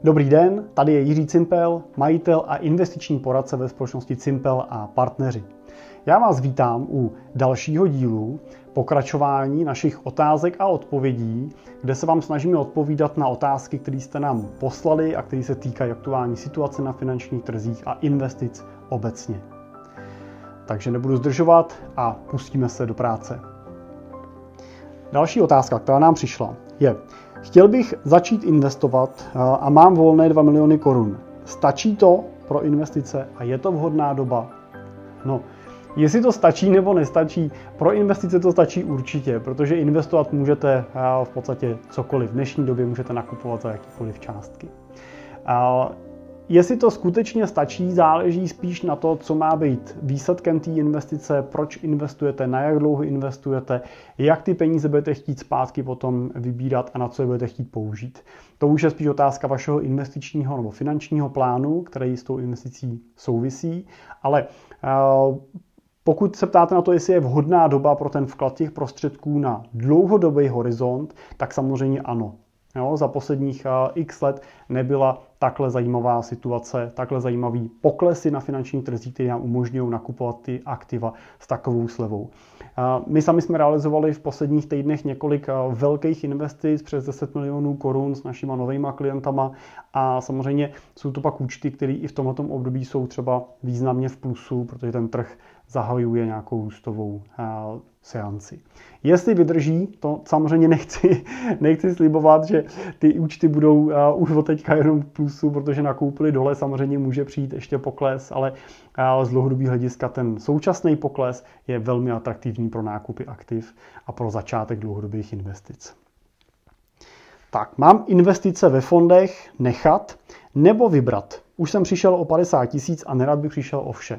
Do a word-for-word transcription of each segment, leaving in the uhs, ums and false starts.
Dobrý den, tady je Jiří Cimpel, majitel a investiční poradce ve společnosti Cimpel a partneři. Já vás vítám u dalšího dílu pokračování našich otázek a odpovědí, kde se vám snažíme odpovídat na otázky, které jste nám poslali a které se týkají aktuální situace na finančních trzích a investic obecně. Takže nebudu zdržovat a pustíme se do práce. Další otázka, která nám přišla, je: chtěl bych začít investovat a mám volné dva miliony korun. Stačí to pro investice a je to vhodná doba? No, jestli to stačí nebo nestačí, pro investice to stačí určitě, protože investovat můžete v podstatě cokoliv. V dnešní době můžete nakupovat za jakýkoliv částky. Jestli to skutečně stačí, záleží spíš na to, co má být výsledkem té investice, proč investujete, na jak dlouho investujete, jak ty peníze budete chtít zpátky potom vybírat a na co je budete chtít použít. To už je spíš otázka vašeho investičního nebo finančního plánu, který s tou investicí souvisí, ale uh, pokud se ptáte na to, jestli je vhodná doba pro ten vklad těch prostředků na dlouhodobý horizont, tak samozřejmě ano. Jo, za posledních uh, x let nebyla takhle zajímavá situace, takhle zajímavý poklesy na finančních trzích, které nám umožňují nakupovat ty aktiva s takovou slevou. Uh, my sami jsme realizovali v posledních týdnech několik uh, velkých investic přes deset milionů korun s našima novejma klientama a samozřejmě jsou to pak účty, které i v tomto období jsou třeba významně v plusu, protože ten trh zahajuje nějakou růstovou uh, seanci. Jestli vydrží, to samozřejmě nechci, nechci slibovat, že ty účty budou uh, už od teďka jenom v plusu, protože nakoupili dole, samozřejmě může přijít ještě pokles, ale uh, z dlouhodobého hlediska ten současný pokles je velmi atraktivní pro nákupy aktiv a pro začátek dlouhodobých investic. Tak, mám investice ve fondech nechat nebo vybrat? Už jsem přišel o padesát tisíc a nerad bych přišel o vše.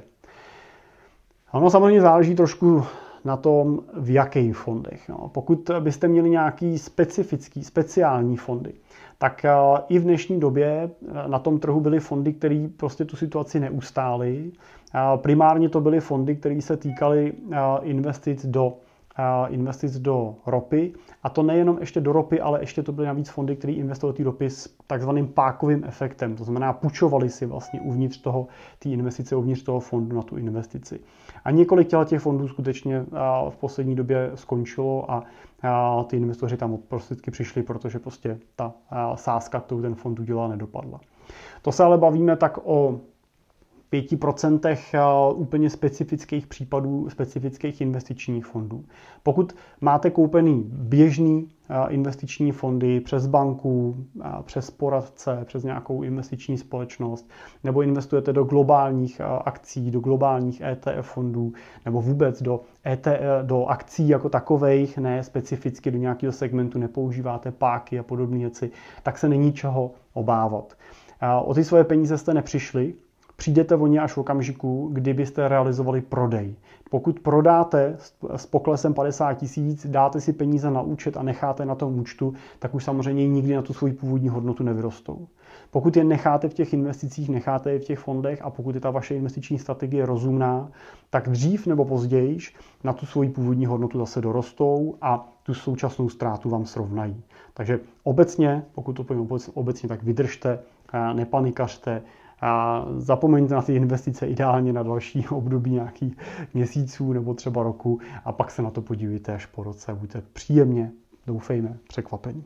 Ono samozřejmě záleží trošku na tom, v jakých fondech. No, pokud byste měli nějaký specifický, speciální fondy, tak uh, i v dnešní době na tom trhu byly fondy, které prostě tu situaci neustály. Uh, primárně to byly fondy, které se týkaly uh, investic do investic do ropy. A to nejenom ještě do ropy, ale ještě to byly navíc fondy, které investovaly do ropy s takzvaným pákovým efektem. To znamená, půjčovali si vlastně uvnitř toho, ty investice, uvnitř toho fondu na tu investici. A několik těch fondů skutečně v poslední době skončilo a ty investoři tam prostředky přišli, protože prostě ta sázka, kterou ten fond udělal, nedopadla. To se ale bavíme tak o pět procent úplně specifických případů, specifických investičních fondů. Pokud máte koupený běžný investiční fondy přes banku, přes poradce, přes nějakou investiční společnost, nebo investujete do globálních akcí, do globálních E T F fondů, nebo vůbec do, E T F, do akcí jako takovejch, ne specificky do nějakého segmentu, nepoužíváte páky a podobné věci, tak se není čeho obávat. O ty svoje peníze jste nepřišli, přijdete o ně až v okamžiku, kdy byste realizovali prodej. Pokud prodáte s poklesem padesát tisíc, dáte si peníze na účet a necháte na tom účtu, tak už samozřejmě nikdy na tu svoji původní hodnotu nevyrostou. Pokud je necháte v těch investicích, necháte je v těch fondech a pokud je ta vaše investiční strategie rozumná, tak dřív nebo později na tu svoji původní hodnotu zase dorostou a tu současnou ztrátu vám srovnají. Takže obecně, pokud to povím obecně, tak vydržte, nepanikařte, a zapomeňte na ty investice ideálně na další období nějakých měsíců nebo třeba roku a pak se na to podívejte až po roce a buďte příjemně, doufejme, překvapení.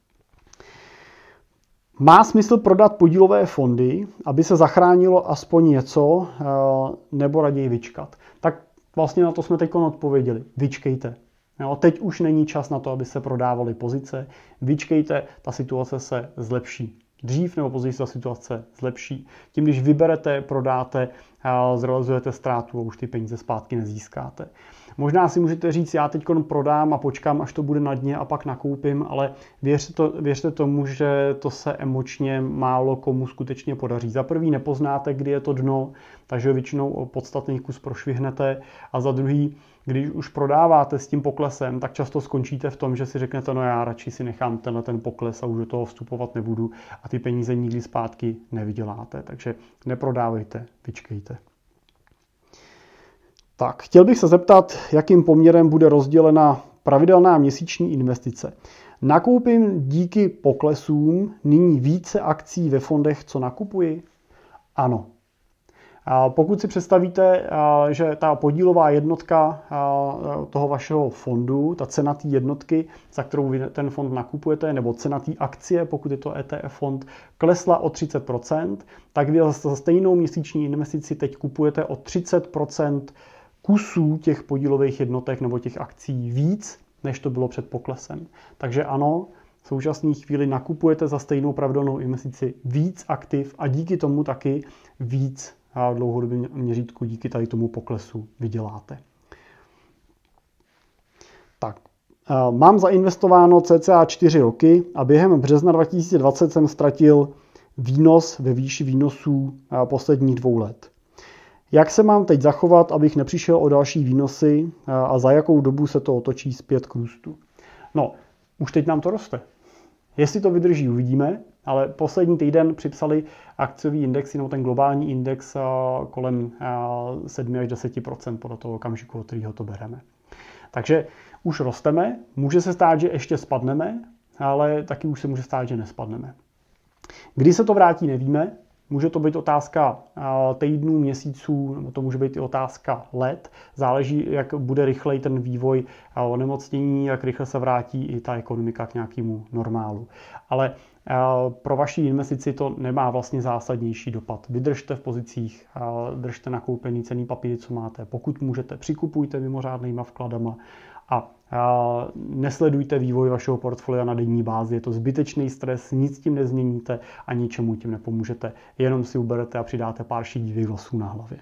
Má smysl prodat podílové fondy, aby se zachránilo aspoň něco, nebo raději vyčkat? Tak vlastně na to jsme teď odpověděli. Vyčkejte. Jo, teď už není čas na to, aby se prodávaly pozice. Vyčkejte, ta situace se zlepší. Dřív nebo později se ta situace zlepší. Tím, když vyberete, prodáte, zrealizujete ztrátu a už ty peníze zpátky nezískáte. Možná si můžete říct, já teď prodám a počkám, až to bude na dně a pak nakoupím, ale věřte, to, věřte tomu, že to se emočně málo komu skutečně podaří. Za prvý nepoznáte, kdy je to dno, takže většinou podstatný kus prošvihnete a za druhý, když už prodáváte s tím poklesem, tak často skončíte v tom, že si řeknete, no já radši si nechám tenhle ten pokles a už do toho vstupovat nebudu a ty peníze nikdy zpátky nevyděláte. Takže neprodávejte, vyčkejte. Tak, chtěl bych se zeptat, jakým poměrem bude rozdělena pravidelná měsíční investice. Nakoupím díky poklesům nyní více akcí ve fondech, co nakupuji? Ano. Pokud si představíte, že ta podílová jednotka toho vašeho fondu, ta cena té jednotky, za kterou vy ten fond nakupujete, nebo cena té akcie, pokud je to E T F fond, klesla o třicet procent, tak vy za stejnou měsíční investici teď kupujete o třicet procent kusů těch podílových jednotek nebo těch akcí víc, než to bylo před poklesem. Takže ano, v současné chvíli nakupujete za stejnou pravidelnou investici víc aktiv a díky tomu taky víc a v dlouhodobém měřítku díky tady tomu poklesu vyděláte. Tak, mám zainvestováno cca čtyři roky a během března dva tisíce dvacet jsem ztratil výnos ve výši výnosů posledních dvou let. Jak se mám teď zachovat, abych nepřišel o další výnosy a za jakou dobu se to otočí zpět k růstu? No, už teď nám to roste. Jestli to vydrží, uvidíme, ale poslední týden připsali akciový index, nebo ten globální index kolem sedm až deset procent podle toho okamžiku, od kterého to bereme. Takže už rosteme, může se stát, že ještě spadneme, ale taky už se může stát, že nespadneme. Kdy se to vrátí, nevíme. Může to být otázka týdnů, měsíců, nebo to může být i otázka let. Záleží, jak bude rychleji ten vývoj onemocnění, jak rychle se vrátí i ta ekonomika k nějakému normálu. Ale pro vaši investici to nemá vlastně zásadnější dopad. Vydržte v pozicích, držte nakoupený cenný papíry, co máte. Pokud můžete, přikupujte mimořádnýma vkladama a nesledujte vývoj vašeho portfolia na denní bázi. Je to zbytečný stres, nic tím nezměníte a ničemu tím nepomůžete. Jenom si uberete a přidáte pár šedivých vlasů na hlavě.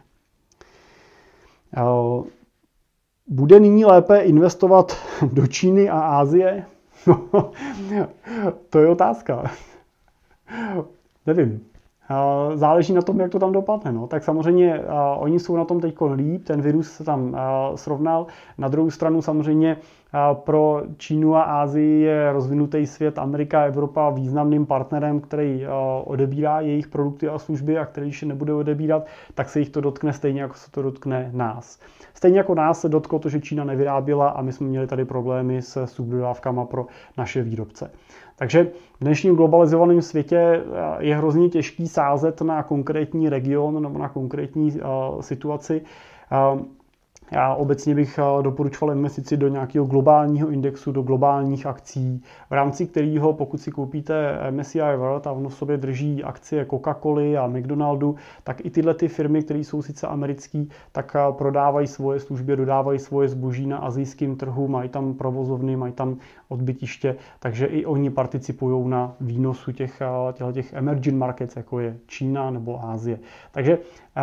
Bude nyní lépe investovat do Číny a Asie? To je otázka. Nevím. Záleží na tom, jak to tam dopadne. No. Tak samozřejmě uh, oni jsou na tom teď líp, ten virus se tam uh, srovnal. Na druhou stranu samozřejmě uh, pro Čínu a Asii je rozvinutý svět, Amerika a Evropa významným partnerem, který uh, odebírá jejich produkty a služby a který když je nebude odebírat, tak se jich to dotkne stejně, jako se to dotkne nás. Stejně jako nás se dotklo to, že Čína nevyráběla a my jsme měli tady problémy se subdodávkama pro naše výrobce. Takže v dnešním globalizovaném světě je hrozně těžký sázet na konkrétní region nebo na konkrétní uh, situaci. Uh, Já obecně bych doporučoval investici do nějakého globálního indexu, do globálních akcí, v rámci kterého, pokud si koupíte M S C I World a ono v sobě drží akcie Coca-Coly a McDonaldu, tak i tyhle ty firmy, které jsou sice americké, tak prodávají svoje služby, dodávají svoje zboží na asijském trhu, mají tam provozovny, mají tam odbytiště, takže i oni participují na výnosu těch, těch emerging markets, jako je Čína nebo Asie. Takže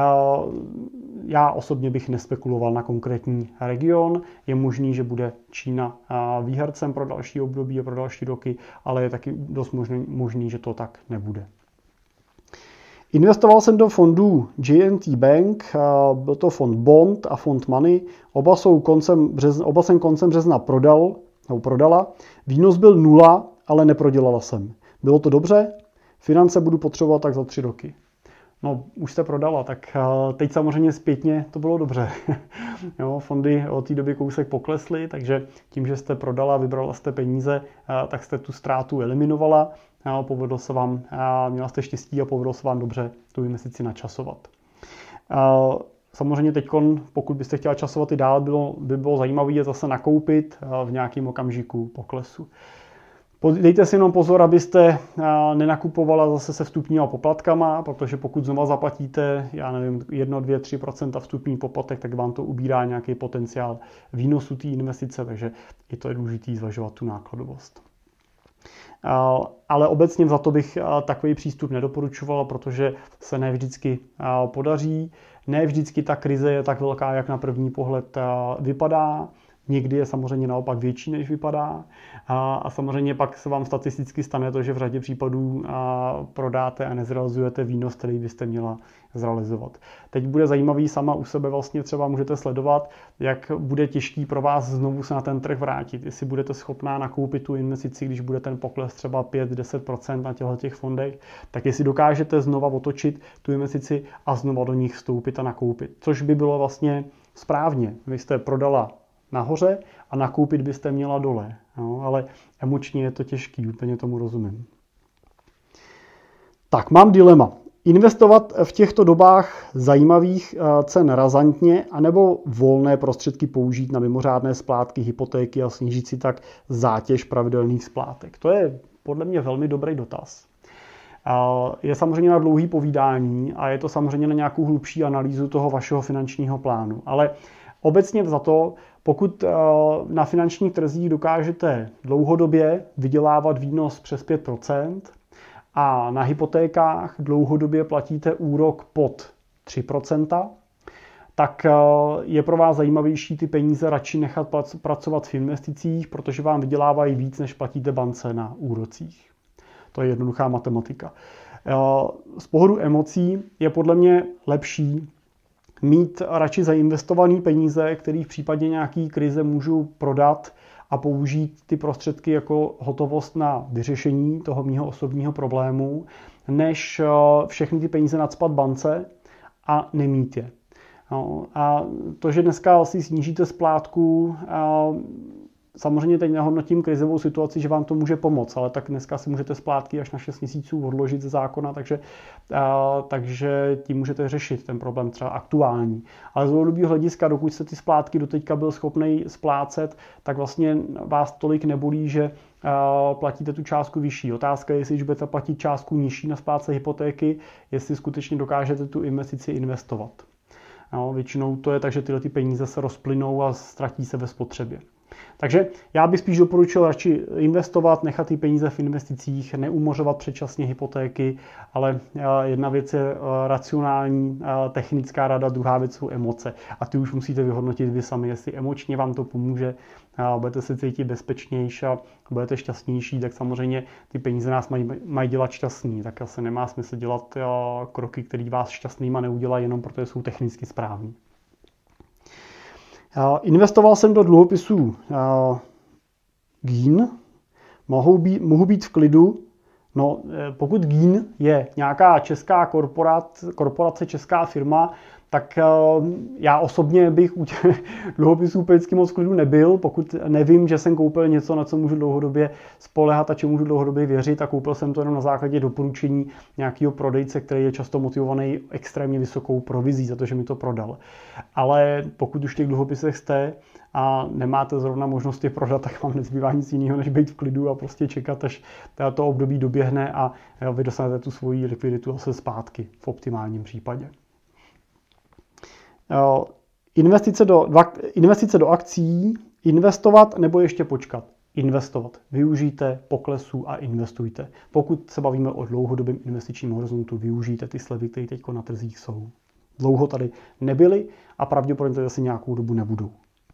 já osobně bych nespekuloval na konkrétní region. Je možný, že bude Čína výhercem pro další období a pro další roky, ale je taky dost možný, možný, že to tak nebude. Investoval jsem do fondů J and T Bank, byl to fond Bond a fond Money. Oba, jsou koncem března, oba jsem koncem března prodal, nebo prodala. Výnos byl nula, ale neprodělala jsem. Bylo to dobře? Finance budu potřebovat tak za tři roky. No, už jste prodala, tak teď samozřejmě zpětně to bylo dobře. Jo, fondy od té doby kousek poklesly, takže tím, že jste prodala, vybrala jste peníze, tak jste tu ztrátu eliminovala. Povedlo se vám, měla jste štěstí a povedlo se vám dobře tu investici načasovat. Samozřejmě teď, pokud byste chtěla časovat i dál, bylo, by bylo zajímavé je zase nakoupit v nějakém okamžiku poklesu. Dejte si jenom pozor, abyste nenakupovala zase se vstupníma poplatkama, protože pokud znova zaplatíte, já nevím, jedna, dvě, tři procenta vstupní poplatek, tak vám to ubírá nějaký potenciál výnosu té investice, takže i to je důležité zvažovat tu nákladovost. Ale obecně za to bych takový přístup nedoporučovala, protože se ne vždycky podaří. Ne vždycky ta krize je tak velká, jak na první pohled vypadá. Někdy je samozřejmě naopak větší, než vypadá. A, a samozřejmě pak se vám statisticky stane to, že v řadě případů a, prodáte a nezrealizujete výnos, který byste měla zrealizovat. Teď bude zajímavý sama u sebe vlastně třeba můžete sledovat, jak bude těžký pro vás znovu se na ten trh vrátit. Jestli budete schopná nakoupit tu investici, když bude ten pokles třeba pět až deset procent na těchto těch fondech, tak jestli dokážete znova otočit tu investici a znova do nich vstoupit a nakoupit. Což by bylo vlastně správně. Vy jste prodala nahoře a nakoupit byste měla dole. No, ale emočně je to těžký, úplně tomu rozumím. Tak, mám dilema. Investovat v těchto dobách zajímavých cen razantně, anebo volné prostředky použít na mimořádné splátky hypotéky a snížit si tak zátěž pravidelných splátek? To je podle mě velmi dobrý dotaz. Je samozřejmě na dlouhý povídání a je to samozřejmě na nějakou hlubší analýzu toho vašeho finančního plánu. Ale obecně za to, pokud na finančních trzích dokážete dlouhodobě vydělávat výnos přes pět procent a na hypotékách dlouhodobě platíte úrok pod tři procenta, tak je pro vás zajímavější ty peníze radši nechat pracovat v investicích, protože vám vydělávají víc, než platíte bance na úrocích. To je jednoduchá matematika. Z pohledu emocí je podle mě lepší mít radši zainvestované peníze, které v případě nějaký krize můžu prodat a použít ty prostředky jako hotovost na vyřešení toho mýho osobního problému, než všechny ty peníze nacpat bance a nemít je. No, a to, že dneska si snížíte splátku, samozřejmě teď nehodnotím krizovou situaci, že vám to může pomoct, ale tak dneska si můžete splátky až na šest měsíců odložit ze zákona, takže, a, takže tím můžete řešit ten problém třeba aktuální. Ale z dlouhodobého hlediska, dokud jste ty splátky doteďka byl schopný splácet, tak vlastně vás tolik nebolí, že a, platíte tu částku vyšší. Otázka je, jestli budete platit částku nižší na splátce hypotéky, jestli skutečně dokážete tu investici investovat. No, většinou to je tak, že tyhle ty peníze se rozplynou a ztratí se ve spotřebě. Takže já bych spíš doporučil radši investovat, nechat ty peníze v investicích, neumořovat předčasně hypotéky, ale jedna věc je racionální technická rada, druhá věc jsou emoce. A ty už musíte vyhodnotit vy sami, jestli emočně vám to pomůže, budete se cítit bezpečnější a budete šťastnější, tak samozřejmě ty peníze nás mají, mají dělat šťastný. Tak asi nemá smysl dělat kroky, které vás šťastnýma neudělají, jenom protože jsou technicky správní. Investoval jsem do dluhopisů G I N, mohu být, mohu být v klidu. No, pokud G I N je nějaká česká korporace, korporace, česká firma, tak já osobně bych u těch dluhopisů vždycky moc v klidu nebyl, pokud nevím, že jsem koupil něco, na co můžu dlouhodobě spoléhat a čemu můžu dlouhodobě věřit a koupil jsem to jenom na základě doporučení nějakého prodejce, který je často motivovaný extrémně vysokou provizí za to, že mi to prodal. Ale pokud už v těch dluhopisech jste a nemáte zrovna možnost je prodat, tak vám nezbývá nic jiného, než být v klidu a prostě čekat, až to období doběhne a vy dostanete tu svoji likviditu zase zpátky v optimálním případě. Investice do, investice do akcí, investovat nebo ještě počkat? Investovat. Využijte poklesů a investujte. Pokud se bavíme o dlouhodobém investičním horizontu, využijte ty slevy, které teď na trzích jsou. Dlouho tady nebyly a pravděpodobně tady asi nějakou dobu nebudou.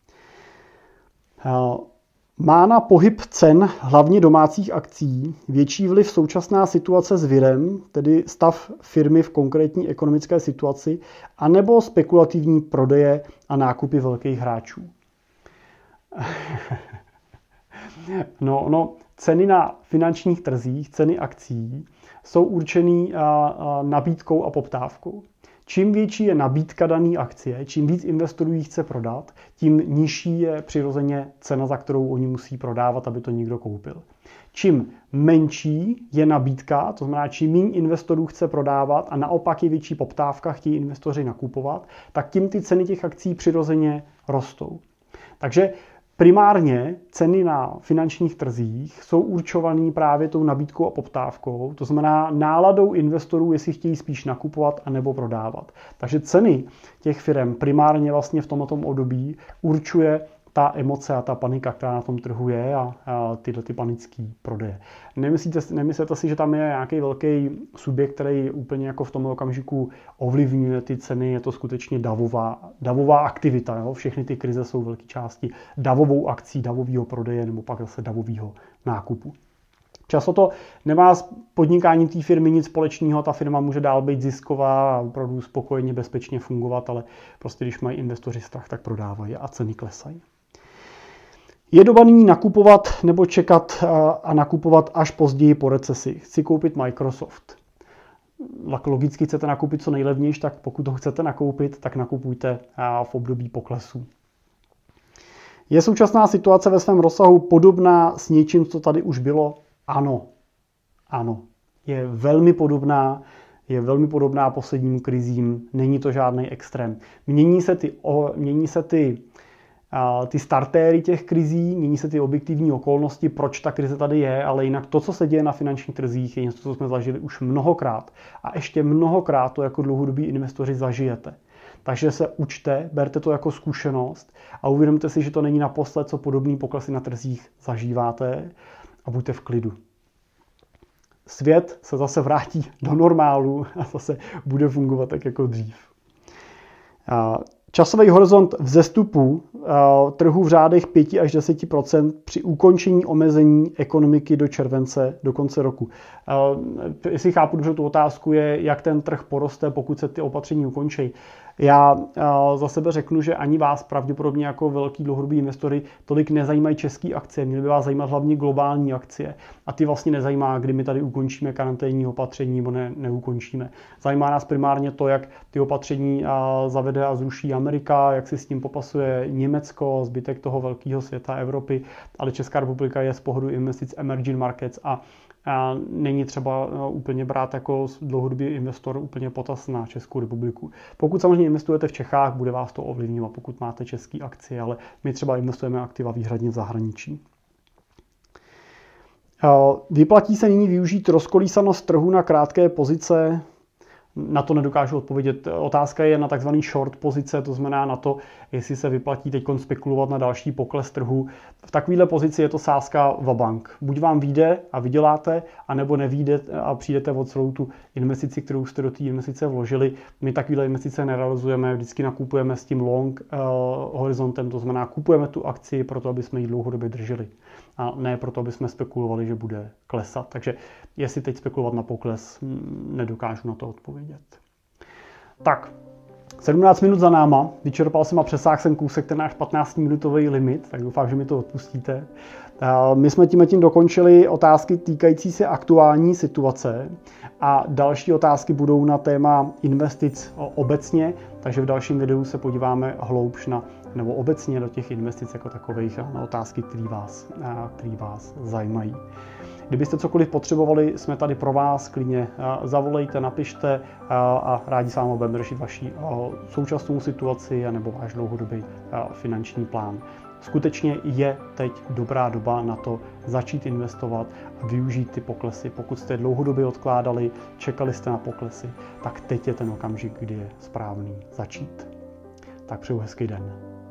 Má na pohyb cen hlavně domácích akcí větší vliv současná situace s virem, tedy stav firmy v konkrétní ekonomické situaci, anebo spekulativní prodeje a nákupy velkých hráčů? No, no, ceny na finančních trzích, ceny akcí jsou určený nabídkou a poptávkou. Čím větší je nabídka dané akcie, čím víc investorů ji chce prodat, tím nižší je přirozeně cena, za kterou oni musí prodávat, aby to někdo koupil. Čím menší je nabídka, to znamená, čím méně investorů chce prodávat a naopak je větší poptávka, chtějí investoři nakupovat, tak tím ty ceny těch akcí přirozeně rostou. Takže primárně ceny na finančních trzích jsou určované právě tou nabídkou a poptávkou, to znamená náladou investorů, jestli chtějí spíš nakupovat anebo prodávat. Takže ceny těch firm primárně vlastně v tomto období určuje ta emoce a ta panika, která na tom trhu je a, a tyhle ty panické prodeje. Nemyslíte, nemyslíte si, že tam je nějaký velký subjekt, který úplně jako v tom okamžiku ovlivňuje ty ceny, je to skutečně davová, davová aktivita. Jo? Všechny ty krize jsou velké části davovou akcí, davového prodeje nebo pak zase davového nákupu. Často to nemá s podnikáním té firmy nic společného, ta firma může dál být zisková a opravdu spokojeně, bezpečně fungovat, ale prostě když mají investoři strach, tak prodávají a ceny klesají. Je doba nyní nakupovat nebo čekat a nakupovat až později po recesi. Chci koupit Microsoft. Logicky chcete nakoupit co nejlevnější, tak pokud ho chcete nakoupit, tak nakupujte v období poklesu. Je současná situace ve svém rozsahu podobná s něčím, co tady už bylo? Ano. Ano. Je velmi podobná. Je velmi podobná posledním krizím. Není to žádný extrém. Mění se ty, o, mění se ty, a, ty startéry těch krizí, mění se ty objektivní okolnosti, proč ta krize tady je, ale jinak to, co se děje na finančních trzích, je něco, co jsme zažili už mnohokrát. A ještě mnohokrát to jako dlouhodobí investoři zažijete. Takže se učte, berte to jako zkušenost a uvědomte si, že to není naposled, co podobný poklesy na trzích zažíváte a buďte v klidu. Svět se zase vrátí do normálu a zase bude fungovat tak jako dřív. Časový horizont vzestupu trhu v řádech pět až deset procent při ukončení omezení ekonomiky do července, do konce roku. Jestli chápu dobře tu otázku, je, jak ten trh poroste, pokud se ty opatření ukončí. Já za sebe řeknu, že ani vás pravděpodobně jako velký dlouhodobý investory tolik nezajímají české akcie. Měly by vás zajímat hlavně globální akcie. A ty vlastně nezajímá, kdy my tady ukončíme karanténní opatření nebo ne, neukončíme. Zajímá nás primárně to, jak ty opatření zavede a zruší Amerika, jak si s tím popasuje Německo, zbytek toho velkého světa, Evropy, ale Česká republika je z pohledu investic emerging markets a A není třeba úplně brát jako dlouhodobý investor úplně potaz na Českou republiku. Pokud samozřejmě investujete v Čechách, bude vás to ovlivňovat, pokud máte české akcie, ale my třeba investujeme aktiva výhradně v zahraničí. Vyplatí se nyní využít rozkolísanost trhu na krátké pozice? Na to nedokážu odpovědět. Otázka je na tzv. Short pozice, to znamená na to, jestli se vyplatí teď spekulovat na další pokles trhu. V takovéhle pozici je to sázka vabank. Buď vám vyjde a vyděláte, anebo nevyjde a přijdete o celou tu investici, kterou jste do té investice vložili. My takovéhle investice nerealizujeme, vždycky nakupujeme s tím long uh, horizontem, to znamená kupujeme tu akci proto, aby jsme ji dlouhodobě drželi. A ne proto, aby jsme spekulovali, že bude klesat. Takže jestli teď spekulovat na pokles, nedokážu na to odpovědět. Tak, sedmnáct minut za náma, vyčerpal jsem a přesáhl jsem kousek ten náš patnáctiminutový limit, tak doufám, že mi to odpustíte. My jsme tím tím dokončili otázky týkající se aktuální situace a další otázky budou na téma investic obecně, takže v dalším videu se podíváme hloubš na, nebo obecně do těch investic jako takových a na otázky, které vás, které vás zajímají. Kdybyste cokoliv potřebovali, jsme tady pro vás, klidně zavolejte, napište a rádi s vámi budeme řešit vaši současnou situaci nebo váš dlouhodobý finanční plán. Skutečně je teď dobrá doba na to začít investovat a využít ty poklesy. Pokud jste dlouhodobě odkládali, čekali jste na poklesy, tak teď je ten okamžik, kdy je správný začít. Tak přeju hezký den.